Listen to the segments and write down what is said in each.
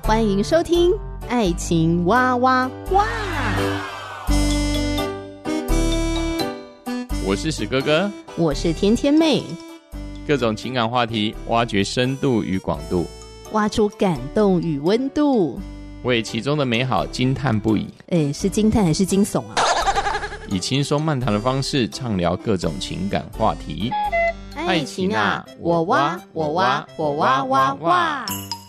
欢迎收听爱情哇哇哇。 我是史哥哥， 我是甜甜妹， 各种情感话题，挖掘深度与广度， 挖出感动与温度， 为其中的美好惊叹不已。 是惊叹还是惊悚啊？ 以轻松漫谈的方式畅聊各种情感话题。 爱情啊，我挖我挖我挖挖挖。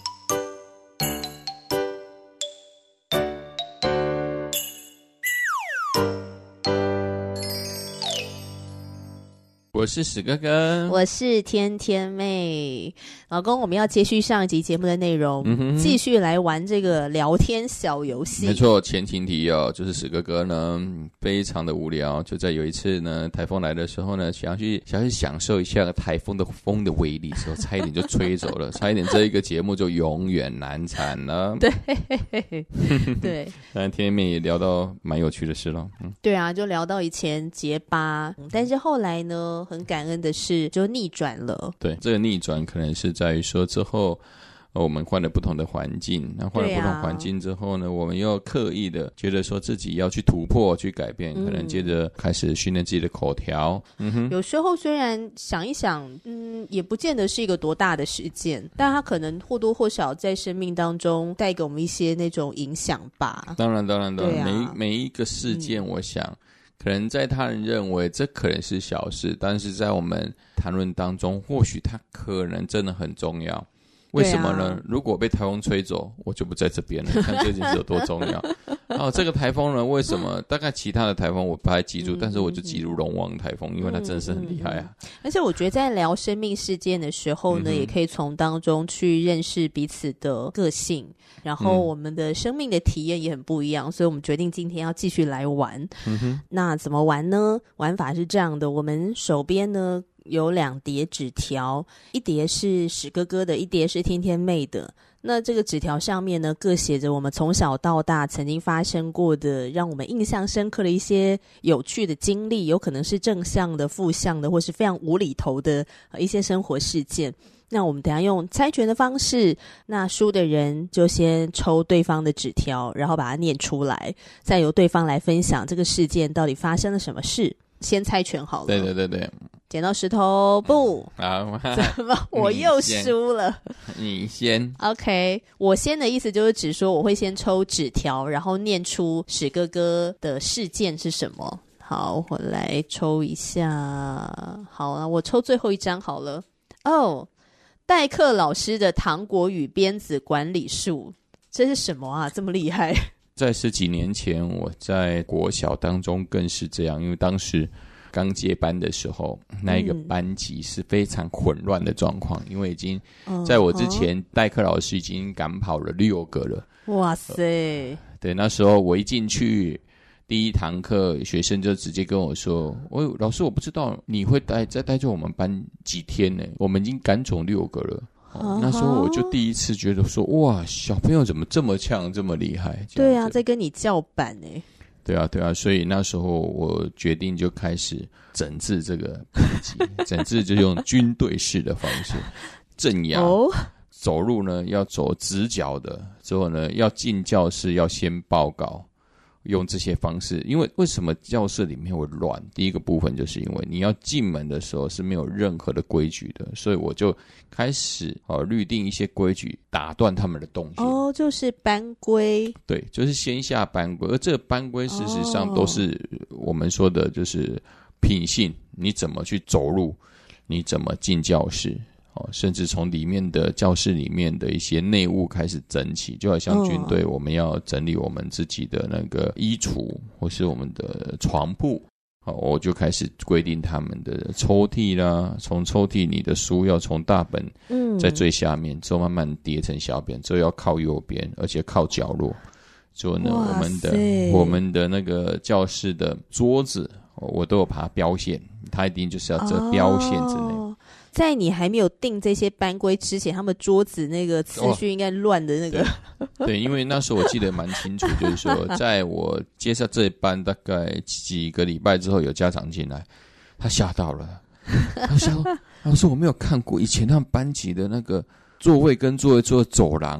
我是史哥哥， 我是甜甜妹。老公，我们要接续上一集节目的内容，继续来玩这个聊天小游戏。 没错，前情提哦，就是史哥哥呢非常的无聊，就在有一次呢台风来的时候呢，想要去享受一下台风的风的威力，之后差一点就吹走了，差一点这一个节目就永远难产了。 对对， 但甜妹也聊到蛮有趣的事了。 对啊，就聊到以前结巴，但是后来呢，很感恩的是就逆转了。 对，这个逆转可能是在于说之后我们换了不同的环境，那换了不同环境之后呢，我们又刻意的觉得说自己要去突破去改变，可能接着开始训练自己的口条。 有时候虽然想一想也不见得是一个多大的事件，但它可能或多或少在生命当中带给我们一些那种影响吧。 当然、 啊、 每一个事件我想可能在他人认为这可能是小事，但是在我们谈论当中或许它可能真的很重要。为什么呢？如果被台风吹走，我就不在这边了。看这件事有多重要。这个台风呢，为什么大概其他的台风我不太记住，但是我就记住龙王台风，因为它真的是很厉害啊。 而且我觉得在聊生命事件的时候呢，也可以从当中去认识彼此的个性，然后我们的生命的体验也很不一样，所以我们决定今天要继续来玩。那怎么玩呢？玩法是这样的，我们手边呢有2叠纸条，一叠是史哥哥的，一叠是甜甜妹的。那这个纸条上面呢，各写着我们从小到大曾经发生过的让我们印象深刻的一些有趣的经历，有可能是正向的、负向的，或是非常无厘头的一些生活事件。那我们等一下用猜拳的方式，那输的人就先抽对方的纸条，然后把它念出来，再由对方来分享这个事件到底发生了什么事。先猜拳好了。 对， 剪刀石头布。怎么我又输了？ 你先。 OK， 我先的意思就是指说我会先抽纸条，然后念出史哥哥的事件是什么。好，我来抽一下。好啊，我抽最后一张好了。代课老师的糖果与鞭子管理术，这是什么啊？这么厉害？ 在10几年前，我在国小当中更是这样，因为当时刚接班的时候，那一个班级是非常混乱的状况，因为已经在我之前代课老师已经赶跑了6个了。 哇塞！ 对，那时候我一进去第一堂课，学生就直接跟我说：老师，我不知道你会再待在我们班几天呢，我们已经赶走6个了。那时候我就第一次觉得说，哇，小朋友怎么这么强，这么厉害？ 对啊，在跟你叫板欸。 对啊，所以那时候我决定就开始整治这个班级，整治就用军队式的方式镇压。走路呢要走直角的，之后呢要进教室要先报告。用这些方式，因为为什么教室里面会乱？第一个部分就是因为你要进门的时候是没有任何的规矩的，所以我就开始律定一些规矩，打断他们的动线。 就是班规。对， 就是先下班规，而这个班规事实上都是我们说的就是品性，你怎么去走路，你怎么进教室。甚至从里面的教室里面的一些内务开始整起，就好像军队我们要整理我们自己的那个衣橱或是我们的床铺，我就开始规定他们的抽屉啦，从抽屉你的书要从大本在最下面，之后慢慢叠成小本，之后要靠右边，而且靠角落。之后呢，我们的那个教室的桌子我都有把它标线，它一定就是要这标线之内。 在你还没有定这些班规之前，他们桌子那个次序应该乱的那个。 对，因为那时候我记得蛮清楚，就是说在我接下这一班大概几个礼拜之后，有家长进来，他吓到了，他想说老师，我没有看过以前他们班级的那个座位跟座位坐的走廊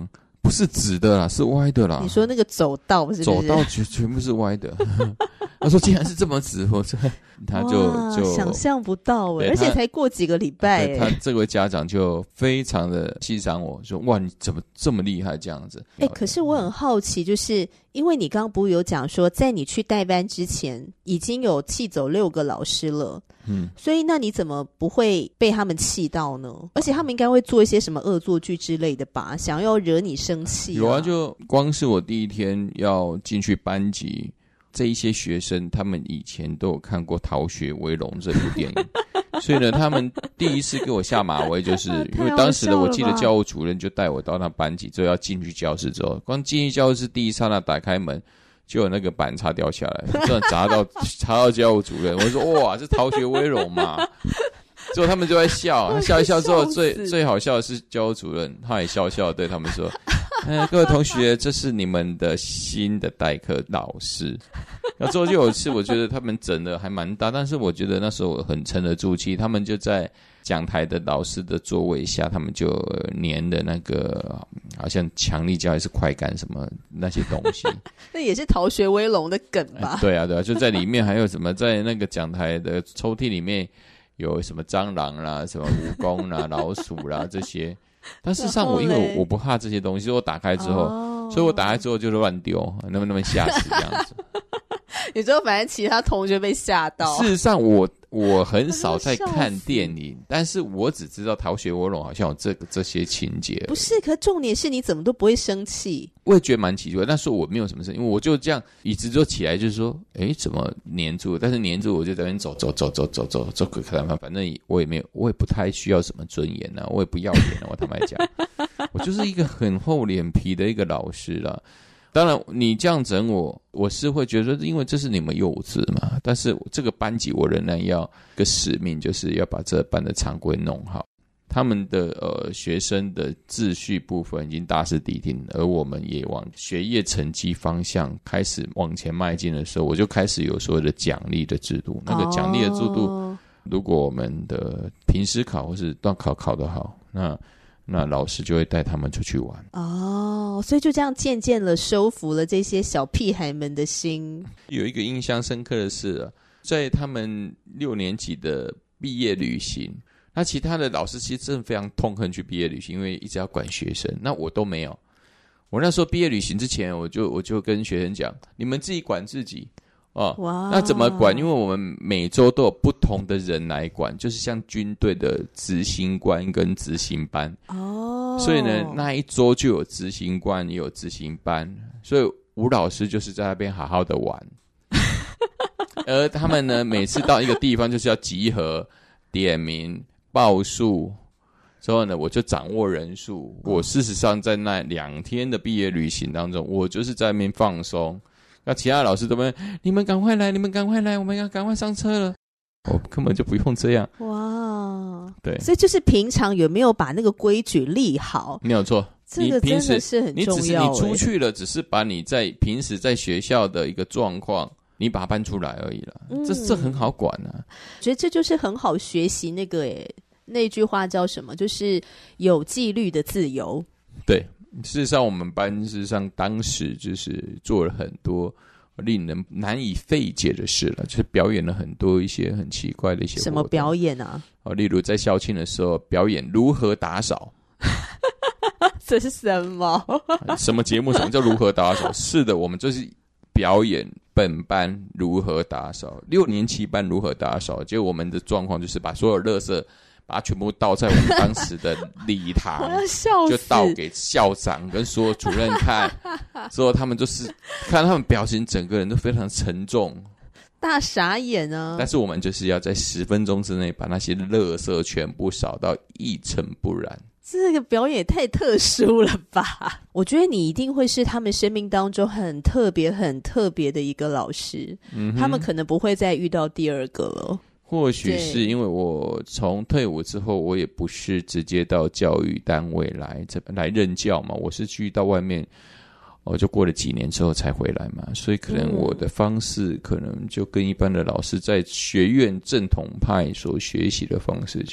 不是直的啦，是歪的啦。 你说那个走道是不是？ 走道全部是歪的。他说竟然是这么直，他就想象不到而且才过几个礼拜他这位家长就非常的欣赏我，说哇你怎么这么厉害这样子。 可是我很好奇，就是因为你刚刚不是有讲说在你去代班之前已经有气走6个老师了，所以那你怎么不会被他们气到呢？而且他们应该会做一些什么恶作剧之类的吧，想要惹你生气有啊，就光是我第一天要进去班级，这一些学生他们以前都有看过《逃学威龙》这部电影，所以呢他们第一次给我下马威，就是因为当时的我记得教务主任就带我到那班级之后要进去教室之后，光进去教室第一刹那打开门就有那个板擦掉下来，真的砸到教务主任。我说哇，这逃学威龙嘛。之后他们就在笑，他笑一笑之后，最好笑的是教务主任，他也笑笑对他们说：“各位同学，这是你们的新的代课老师。”然后之后就有一次，我觉得他们整的还蛮大，但是我觉得那时候我很沉得住气。他们就在讲台的老师的座位下，他们就粘的那个好像强力胶还是快干什么那些东西。 那也是逃学威龙的梗吧？ 对啊，对啊，就在里面还有什么，在那个讲台的抽屉里面。有什么蟑螂啦，什么蜈蚣啦，老鼠啦这些，但事实上因为我不怕这些东西，所以我打开之后，所以我打开之后就乱丢，那么吓死这样子。 你知道，反正其他同学被吓到。 事实上我很少在看电影，但是我只知道《逃学威龙》好像有这些情节。 不是，可重点是你怎么都不会生气。 我也觉得蛮奇怪，但是我没有什么事，因为我就这样椅子就起来，就是说，怎么黏住？但是黏住我就在那边走，看，反正我也不太需要什么尊严啊，我也不要脸啊，我坦白讲，我就是一个很厚脸皮的一个老师啦。当然你这样整我是会觉得因为这是你们幼稚嘛，但是这个班级我仍然要个使命，就是要把这班的常规弄好。他们的学生的秩序部分已经大势已定，而我们也往学业成绩方向开始往前迈进的时候，我就开始有所谓的奖励的制度。那个奖励的制度，如果我们的平时考或是段考考得好，那老师就会带他们出去玩。 所以就这样渐渐的收服了这些小屁孩们的心。 有一个印象深刻的是在他们6年级的毕业旅行，那其他的老师其实真的非常痛恨去毕业旅行，因为一直要管学生，那我都没有。我那时候毕业旅行之前，我就跟学生讲，你们自己管自己那怎么管？因为我们每周都有不同的人来管，就是像军队的执行官跟执行班所以呢那一周就有执行官也有执行班，所以吴老师就是在那边好好的玩而他们呢每次到一个地方就是要集合点名报数之后呢我就掌握人数。我事实上在那2天的毕业旅行当中，我就是在那边放松，那其他老师都问你们赶快来，你们赶快来，我们要赶快上车了。我根本就不用这样。 哇， 对， 所以就是平常有没有把那个规矩立好， 没有错。 这个真的是很重要。 你出去了，只是把你在平时在学校的一个状况，你把它搬出来而已了。这很好管啊。 觉得这就是很好学习那句话叫什么？就是有纪律的自由。 对，事实上我们班事实上当时就是做了很多令人难以费解的事了，就是表演了很多一些很奇怪的一些活动。 什么表演啊？ 例如在校庆的时候表演如何打扫。 这是什么？ 什么节目？什么叫如何打扫？是的，我们就是表演本班如何打扫，6年级班如何打扫。结果我们的状况就是把所有垃圾把它全部倒在我们当时的礼堂我要笑死， 就倒给校长跟所有主任看之后他们就是看他们表情整个人都非常沉重， 大傻眼啊。 但是我们就是要在10分钟之内把那些垃圾全部扫到一尘不染。 这个表演也太特殊了吧。我觉得你一定会是他们生命当中很特别很特别的一个老师，他们可能不会再遇到第二个了。 或许是因为我从退伍之后，我也不是直接到教育单位来任教嘛，我是去到外面就过了几年之后才回来嘛，所以可能我的方式可能就跟一般的老师在学院正统派所学习的方式就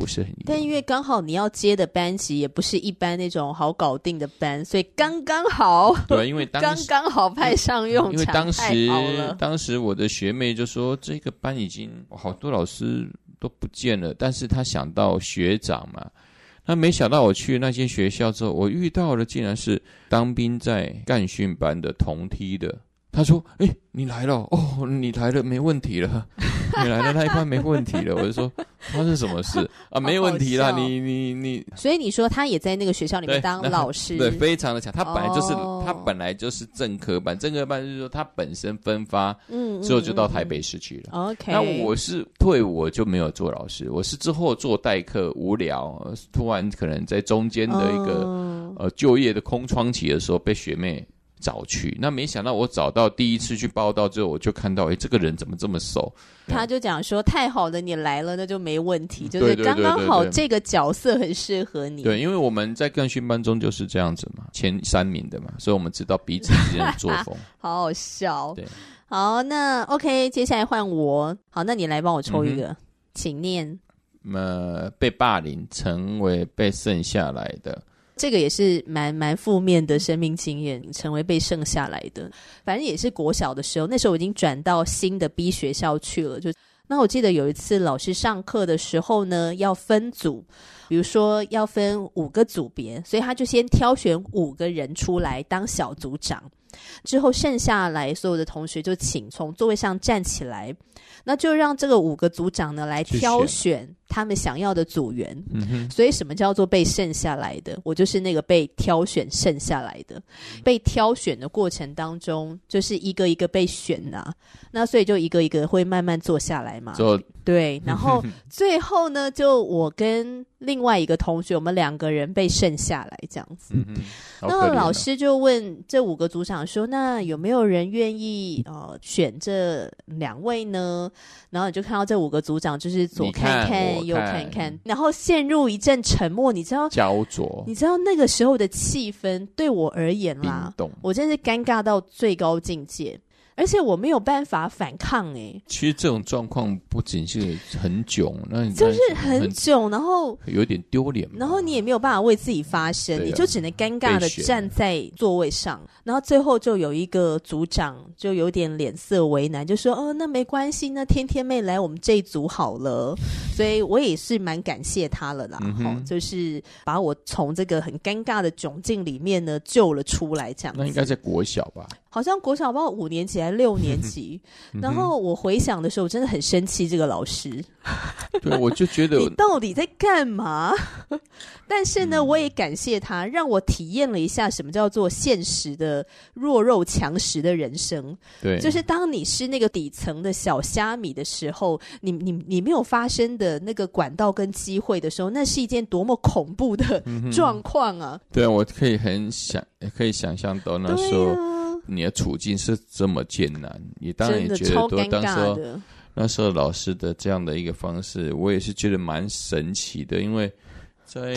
不是很一样。 但因为刚好你要接的班级也不是一般那种好搞定的班，所以刚刚好。 对，因为刚刚好派上用场， 因为太好了。 当时我的学妹就说，这个班已经好多老师都不见了，但是他想到学长嘛。那没想到我去那间学校之后，我遇到的竟然是当兵在干训班的同梯的。他说：“你来了哦，你来了，没问题了，你来了那一班没问题了。”我就说：“发生什么事啊？没问题啦，你。” 所以你说他也在那个学校里面当老师， 对，非常的强。他本来就是正科班，正科班就是说他本身分发，之后就到台北市去了。 OK， 那我是退伍我就没有做老师，我是之后做代课无聊，突然可能在中间的一个就业的空窗期的时候被学妹找去，那没想到我找到第一次去报道之后，我就看到这个人怎么这么熟。 他就讲说太好了，你来了那就没问题，就是刚刚好这个角色很适合你。 对，因为我们在干训班中就是这样子嘛，前3名的嘛，所以我们知道彼此之间的作风。 好好笑。 对， 好，那 OK， 接下来换我。好，那你来帮我抽一个，请念。 被霸凌成为被剩下来的。 这个也是蛮负面的生命经验，成为被剩下来的。反正也是国小的时候，那时候我已经转到新的 B 学校去了。那我记得有一次老师上课的时候呢，要分组，比如说要分5个组别，所以他就先挑选5个人出来当小组长，之后剩下来所有的同学就请从座位上站起来，那就让这个5个组长呢来挑选他们想要的组员。所以什么叫做被剩下来的？我就是那个被挑选剩下来的。被挑选的过程当中，就是一个一个被选啊，那所以就一个一个会慢慢坐下来嘛。对，然后最后呢，就我跟另外一个同学，我们2个人被剩下来这样子。那老师就问这5个组长说，那有没有人愿意选这2位呢？然后你就看到这5个组长就是左看看右看看，然后陷入一阵沉默。你知道焦灼， 你知道那个时候的气氛对我而言啦，我真是尴尬到最高境界。而且我没有办法反抗其实这种状况不仅是很囧，那你就是很囧，然后有点丢脸， 然后你也没有办法为自己发声，你就只能尴尬的站在座位上。然后最后就有一个组长就有点脸色为难，就说那没关系，那天天妹来我们这一组好了。所以我也是蛮感谢他了啦，就是把我从这个很尴尬的窘境里面呢救了出来这样子。 那应该在国小吧？ 好像国小不知道5年级还是6年级然后我回想的时候，我真的很生气这个老师。 对，我就觉得你到底在干嘛？但是呢，我也感谢他，让我体验了一下什么叫做现实的弱肉强食的人生。 对， 就是当你是那个底层的小虾米的时候，你没有发生的那个管道跟机会的时候，那是一件多么恐怖的状况啊！ 对啊，我可以想象到那时候你的处境是这么艰难，你当然也觉得超尴尬的。 那时候老师的这样的一个方式，我也是觉得蛮神奇的，因为在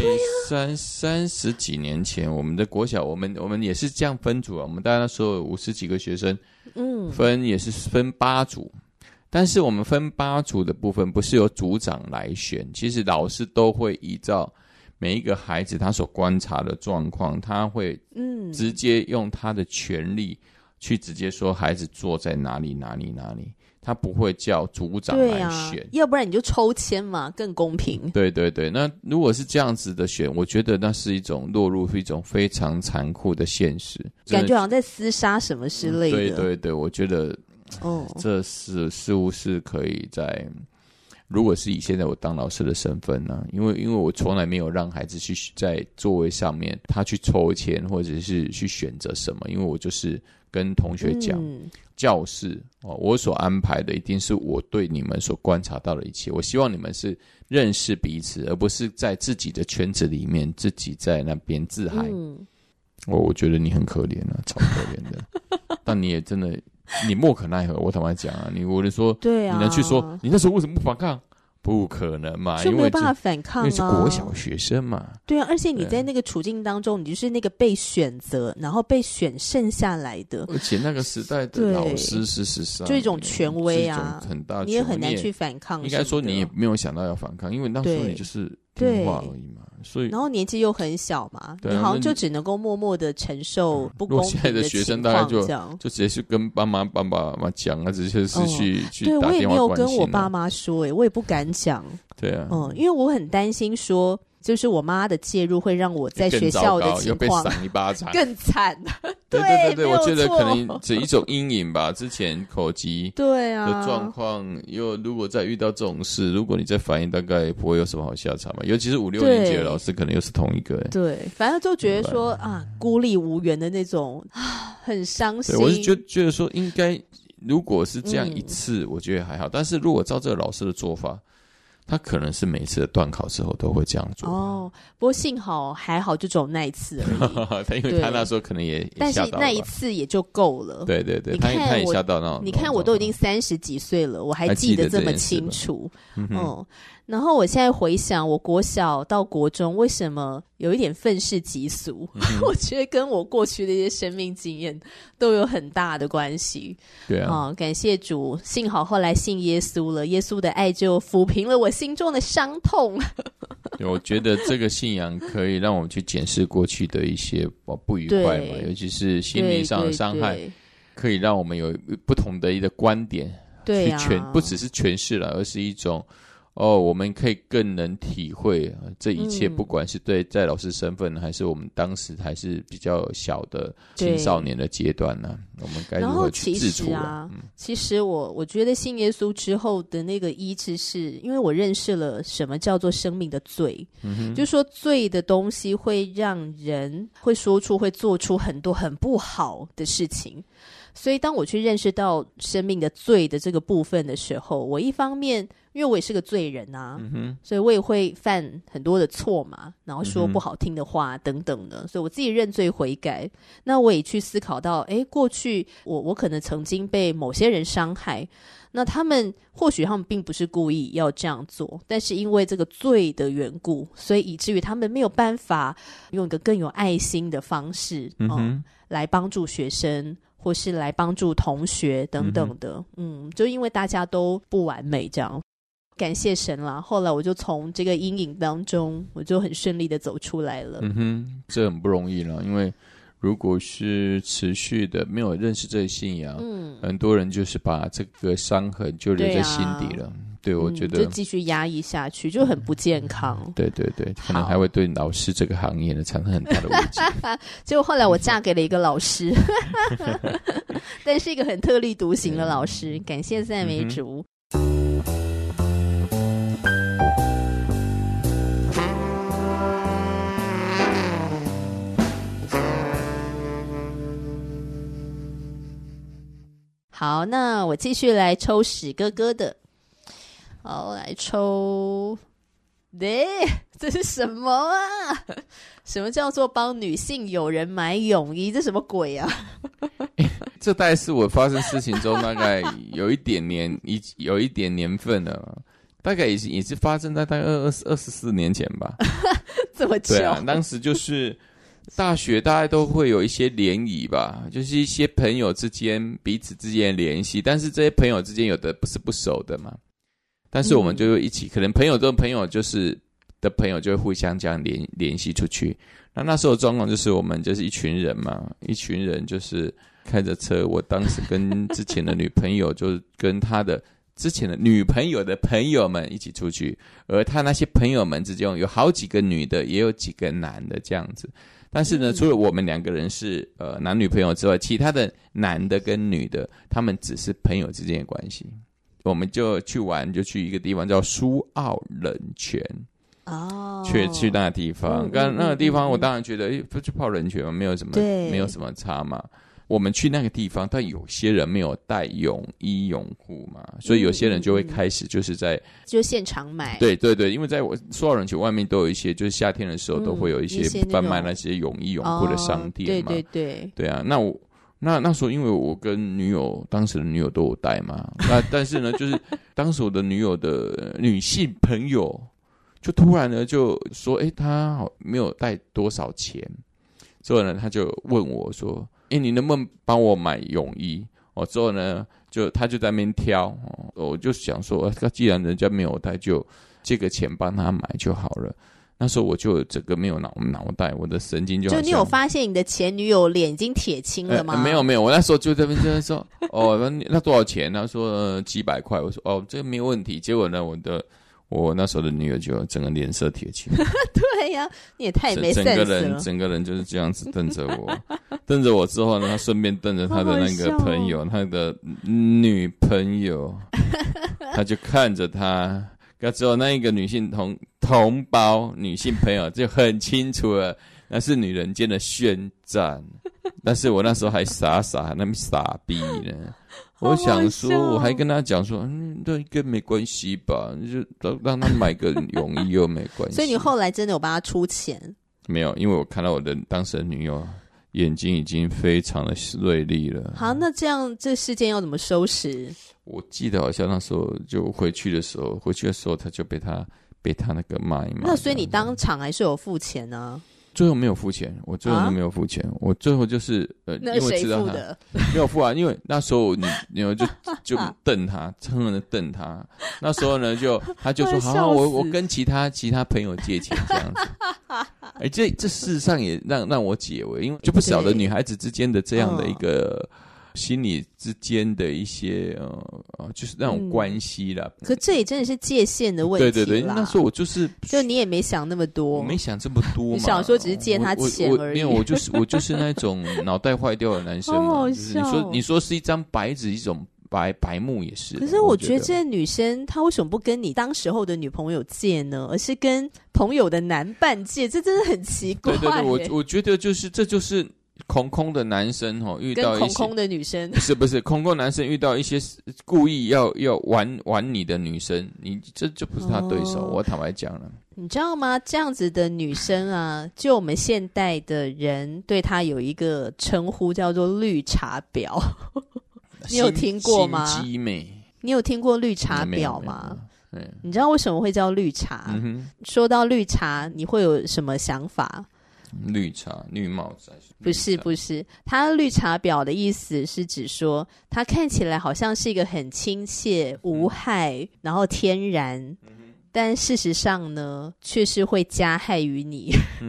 30几年前，我们的国小，我们也是这样分组啊。我们大概那时候50几个学生，也是分8组，但是我们分8组的部分不是由组长来选，其实老师都会依照每一个孩子他所观察的状况，他会直接用他的权利去直接说孩子坐在哪里，他不会叫组长来选， 要不然你就抽签嘛，更公平。 对对对，那如果是这样子的选，我觉得那是一种落入一种非常残酷的现实， 感觉好像在厮杀什么之类的。 对对对，我觉得这似乎是可以在，如果是以现在我当老师的身份呢，因为我从来没有让孩子去在座位上面他去抽签或者是去选择什么，因为我就是跟同学讲，教室我所安排的一定是我对你们所观察到的一切，我希望你们是认识彼此，而不是在自己的圈子里面自己在那边自嗨。我觉得你很可怜啊，超可怜的但你也真的你莫可奈何，我坦白讲啊，我就说， 对啊， 你能去说你那时候为什么不反抗？ 不可能嘛， 就没有办法反抗啊， 因为是国小学生嘛。 对啊，而且你在那个处境当中，你就是那个被选择然后被选剩下来的， 而且那个时代的老师事实上就一种权威啊， 很大的权威， 你也很难去反抗。 应该说你也没有想到要反抗，因为那时候你就是听话而已嘛。所以然后年纪又很小嘛，你好像就只能够默默的承受不公平的情况。 现在的学生大概就直接去跟爸爸妈妈讲啊，直接是去对， 打电话关心。 我也没有跟我爸妈说，我也不敢讲。 对啊， 因为我很担心说，就是我妈的介入会让我在学校的情况又被赏一巴掌更惨。 对，我觉得可能这一种阴影吧。之前口疾的状况，如果再遇到这种事，如果你再反应，大概不会有什么好下场嘛。尤其是5、6年级的老师，可能又是同一个。 对，反正就觉得说啊，孤立无援的那种，很伤心。 我是觉得说，应该如果是这样一次，我觉得还好。但是如果照这个老师的做法，他可能是每次的段考之后都会这样做。 不过幸好还好，就只有那一次而已。 因为他那时候可能也但是那一次也就够了。 对，他也吓到那种。 你看我都已经30几岁了，我还记得这么清楚。然后我现在回想，我国小到国中为什么有一点愤世嫉俗，我觉得跟我过去的一些生命经验都有很大的关系。 对啊， 感谢主，幸好后来信耶稣了，耶稣的爱就抚平了我心中的伤痛。 对，我觉得这个信仰可以让我们去检视过去的一些不愉快嘛，尤其是心理上的伤害，可以让我们有不同的一个观点， 对啊， 不只是诠释了，而是一种我们可以更能体会这一切，不管是对在老师身份，还是我们当时还是比较小的青少年的阶段呢，我们该如何去自处其实我觉得信耶稣之后的那个医治，是因为我认识了什么叫做生命的罪，就是说罪的东西会让人会说出会做出很多很不好的事情。所以当我去认识到生命的罪的这个部分的时候，我一方面因为我也是个罪人啊，所以我也会犯很多的错嘛，然后说不好听的话等等的，所以我自己认罪悔改。那我也去思考到过去我可能曾经被某些人伤害，那或许他们并不是故意要这样做，但是因为这个罪的缘故，所以以至于他们没有办法用一个更有爱心的方式来帮助学生，或是来帮助同学等等的。就因为大家都不完美这样，感谢神啦，后来我就从这个阴影当中，我就很顺利的走出来了。 这很不容易了，因为如果是持续的没有认识这个信仰，很多人就是把这个伤痕就留在心底了。对，我觉得就继续压抑下去，就很不健康。 对，可能还会对老师这个行业呢产生很大的危机。 结果后来我嫁给了一个老师，但是一个很特立独行的老师，感谢赞美主。好，那我继续来抽史哥哥的。好，来抽。这是什么啊？什么叫做帮女性友人买泳衣？这什么鬼啊？ 这大概是我发生事情中大概有一点年份了，大概也是发生在大概24年前吧。 这么久？ 对啊，当时就是大学大概都会有一些联谊吧，就是一些朋友之间彼此之间的联系，但是这些朋友之间有的不是不熟的嘛，但是我们就一起，可能朋友这种朋友就是的朋友就会互相这样联系出去。那时候的状况就是我们就是一群人嘛，一群人就是开着车，我当时跟之前的女朋友就跟他的之前的女朋友的朋友们一起出去，而他那些朋友们之间有好几个女的，也有几个男的这样子。但是呢，除了我们2个人是男女朋友之外，其他的男的跟女的，他们只是朋友之间的关系。我们就去玩，就去一个地方叫苏澳冷泉。去那个地方，那个地方我当然觉得不去泡冷泉嘛，没有什么差嘛。我们去那个地方，但有些人没有带泳衣泳裤嘛，所以有些人就会开始就是就现场买。 对，因为在我苏澳冷泉外面都有一些，就是夏天的时候都会有一些贩卖那些泳衣泳裤的商店嘛。 对对啊， 那时候因为我跟当时的女友都有带嘛，但是呢，就是当时我的女友的女性朋友就突然呢就说，她好没有带多少钱，之后呢，她就问我说，你能不能帮我买泳衣？之后呢，她就在那边挑，我就想说，既然人家没有带，就借个钱帮她买就好了。那时候我就整个没有脑袋，我的神经就好像， 就你有发现你的前女友脸已经铁青了吗？ 没有，我那时候就在那边说，那多少钱？他说几百块，我说这个没有问题。结果呢，我那时候的女友就整个脸色铁青。 对呀，你也太没 sense 了。 整个人就是这样子瞪着我，瞪着我之后呢，他顺便瞪着他的那个朋友，他的女朋友，他就看着他。之后那一个女性同胞女性朋友就很清楚了，那是女人间的宣战。但是我那时候还傻那么傻逼呢，我想说我还跟他讲说，这应该没关系吧，就让他买个泳衣又没关系。 所以你后来真的有帮他出钱？ 没有，因为我看到我的当时的女友眼睛已经非常的锐利了。 好，那这样这事件要怎么收拾？ 我记得好像那时候就回去的时候他就被他那个骂一骂。 那所以你当场还是有付钱啊？ 最后没有付钱，我最后都没有付钱。我最后就是那谁付的？ 没有付啊，因为那时候你就瞪他，狠狠的瞪他。那时候呢，他就说好，我跟其他朋友借钱这样子。这事实上也让我解围，因为就不晓得女孩子之间的这样的一个心理之间的一些就是那种关系啦。 可这也真的是界限的问题啦。 对，那时候我就你也没想那么多， 我没想这么多嘛。 你想说只是借他钱而已。 没有，我就是那种脑袋坏掉的男生嘛。 好就是你说是一张白纸，一种白目也是。 可是我觉得这女生她为什么不跟你当时候的女朋友借呢？而是跟朋友的男伴借？这真的很奇怪。 对，我觉得这就是空的男生遇到一些跟空的女生， 不是空男生遇到一些故意要玩你的女生，你这就不是他对手。我坦白讲了， 你知道吗？这样子的女生啊，就我们现代的人对她有一个称呼叫做绿茶婊。你有听过吗？ 心机妹， 你有听过绿茶婊吗？你知道为什么会叫绿茶？说到绿茶，你会有什么想法？ 绿茶绿帽子？ 不是，他绿茶婊的意思是指说，他看起来好像是一个很亲切、无害，然后天然，但事实上呢，却是会加害于你。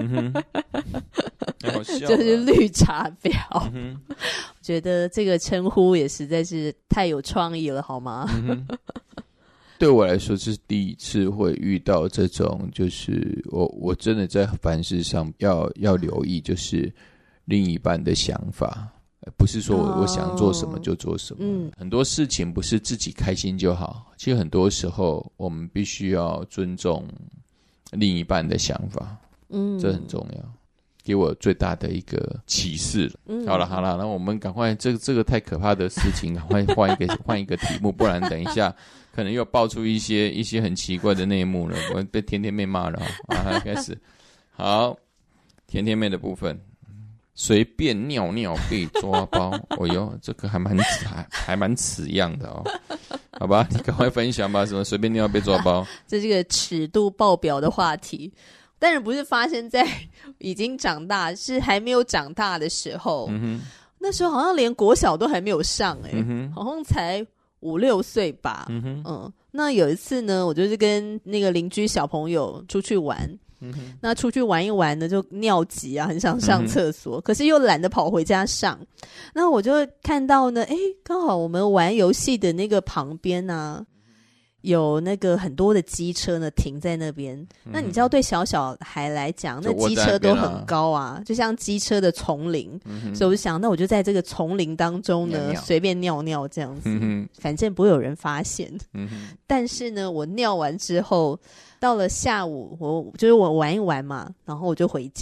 好笑就是绿茶婊。我觉得这个称呼也实在是太有创意了，好吗？ 对我来说是第一次会遇到这种，就是我真的在凡事上要留意，就是另一半的想法，不是说我想做什么就做什么。很多事情不是自己开心就好，其实很多时候我们必须要尊重另一半的想法，这很重要。给我最大的一个启示。好了，那我们赶快这个太可怕的事情，赶快换一个题目，不然等一下可能又爆出一些很奇怪的内幕了，我被甜甜妹骂了开始。好，甜甜妹的部分，随便尿尿被抓包。哦哟，这个还蛮此样的哦。好吧，你赶快分享吧，什么随便尿被抓包？ 这是个尺度爆表的话题。但是不是发生在已经长大，是还没有长大的时候。那时候好像连国小都还没有上好像才5-6岁吧。那有一次呢，我就是跟那个邻居小朋友出去玩。那出去玩一玩呢，就尿急啊，很想上厕所，可是又懒得跑回家上。那我就看到呢，刚好我们玩游戏的那个旁边啊，有那个很多的机车呢停在那边。那你知道对小孩来讲，那机车都很高啊，就像机车的丛林。所以我就想，那我就在这个丛林当中呢随便尿尿这样子，反正不会有人发现。但是呢，我尿完之后到了下午，我玩一玩嘛，然后我就回家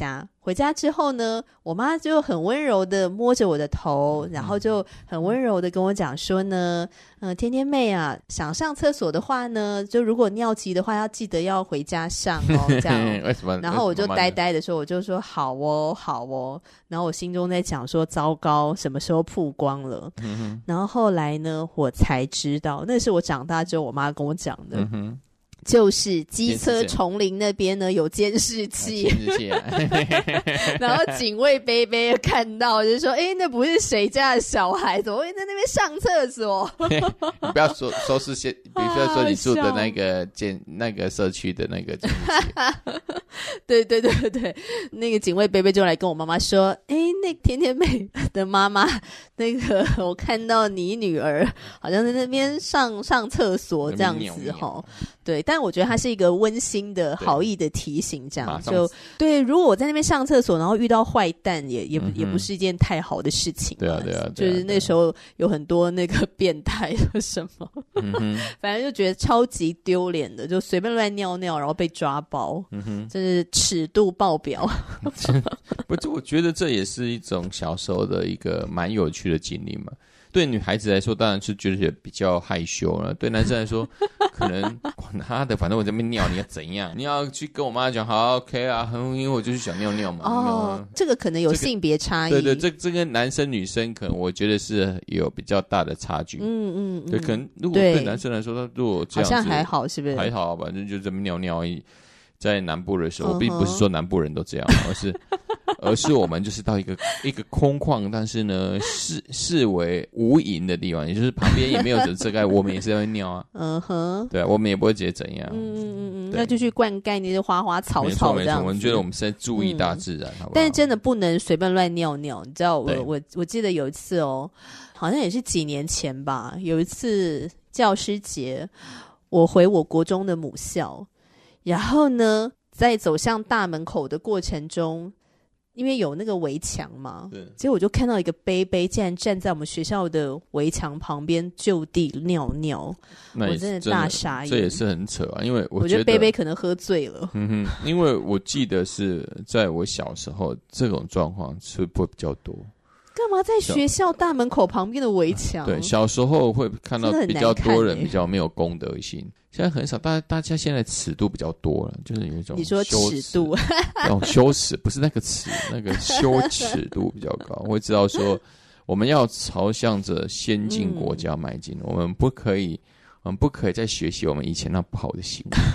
回家之后呢，我妈就很温柔的摸着我的头，然后就很温柔的跟我讲说呢，天天妹啊，想上厕所的话呢，就如果尿急的话，要记得要回家上哦，这样。 为什么？ 然后我就呆呆的说，我就说好哦，好哦。然后我心中在讲说，糟糕，什么时候曝光了？然后后来呢，我才知道，那是我长大之后我妈跟我讲的。就是机车丛林那边呢有监视器，然后警卫贝贝看到就说：“那不是谁家的小孩，怎么会在那边上厕所？” 你不要说是比如说你住的那个社区的那个监视器。 对对对对，那个警卫贝贝就来跟我妈妈说：“那甜甜妹的妈妈，那个我看到你女儿好像在那边上厕所这样子齁。”对，但我觉得它是一个温馨的好意的提醒，这样就对。如果我在那边上厕所，然后遇到坏蛋，也不是一件太好的事情。 对啊， 就是那时候有很多那个变态的什么，反正就觉得超级丢脸的，就随便乱尿尿，然后被抓包，真是尺度爆表。 不，我觉得这也是一种小时候的一个蛮有趣的经历嘛。对女孩子来说当然是觉得比较害羞了，对男生来说可能管他的，反正我这边尿你要怎样，你要去跟我妈讲好 OK 啊，因为我就是想尿尿嘛。 这个可能有性别差异。 对，这个男生女生可能我觉得是有比较大的差距。对，可能如果对男生来说，他如果这样子好像还好，是不是？ 还好，反正就这么尿尿而已。在南部的时候，我并不是说南部人都这样，而是我们就是到一个空旷，但是呢视为无垠的地方，也就是旁边也没有人遮盖，我们也是在尿啊。对啊，我们也不会觉得怎样。 那就去灌溉那些花花草草这样子。没错， 我们觉得我们是在注意大自然，好不好？ 但是真的不能随便乱尿尿，你知道我记得有一次哦，好像也是几年前吧，有一次教师节，我回我国中的母校。然后呢，在走向大门口的过程中，因为有那个围墙嘛，结果我就看到一个贝贝竟然站在我们学校的围墙旁边就地尿尿，我真的大傻眼。 这也是很扯啊，因为我觉得贝贝可能喝醉了。 因为我记得是在我小时候，这种状况是会比较多。 干嘛在学校大门口旁边的围墙？ 对，小时候会看到比较多人比较没有公德心，现在很少。大家现在尺度比较多了，就是有一种你说尺度， 那种羞耻，不是那个尺，那个羞耻度比较高。会知道说我们要朝向着先进国家迈进，我们不可以再学习我们以前那不好的行为。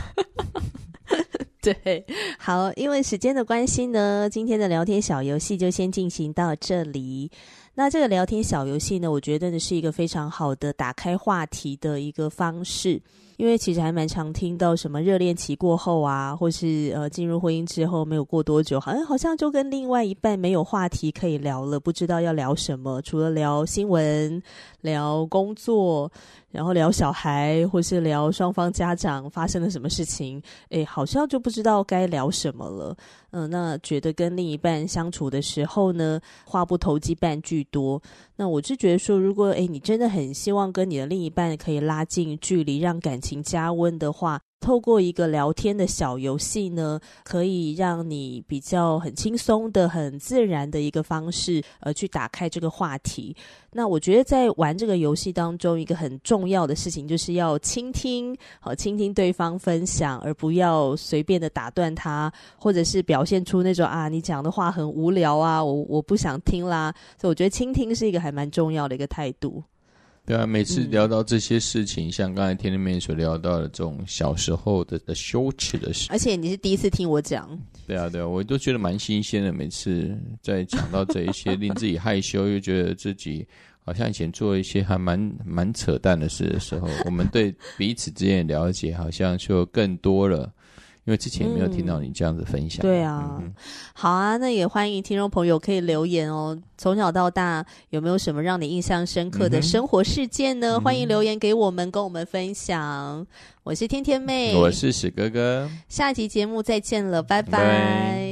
对，好，因为时间的关系呢，今天的聊天小游戏就先进行到这里。那这个聊天小游戏呢，我觉得呢是一个非常好的打开话题的一个方式。因为其实还蛮常听到什么热恋期过后啊，或是进入婚姻之后没有过多久，好像就跟另外一半没有话题可以聊了，不知道要聊什么，除了聊新闻、聊工作，然后聊小孩，或是聊双方家长发生了什么事情，好像就不知道该聊什么了。那觉得跟另一半相处的时候呢，话不投机半句多。那我是觉得说，如果你真的很希望跟你的另一半可以拉近距离，让感情加温的话，透过一个聊天的小游戏呢，可以让你比较很轻松的、很自然的一个方式，去打开这个话题。那我觉得在玩这个游戏当中，一个很重要的事情就是要倾听对方分享，而不要随便的打断他，或者是表现出那种你讲的话很无聊啊，我不想听啦。所以我觉得倾听是一个还蛮重要的一个态度。 对啊，每次聊到这些事情，像刚才天天妹所聊到的这种小时候的羞耻的事， 而且你是第一次听我讲。对啊，我都觉得蛮新鲜的。每次在讲到这一些令自己害羞，又觉得自己好像以前做一些还蛮扯淡的事的时候，我们对彼此之间的了解好像就更多了。因为之前没有听到你这样子分享。 对啊，好啊，那也欢迎听众朋友可以留言哦。从小到大有没有什么让你印象深刻的生活事件呢？欢迎留言给我们，跟我们分享。我是天天妹， 我是史哥哥， 下集节目再见了，拜拜。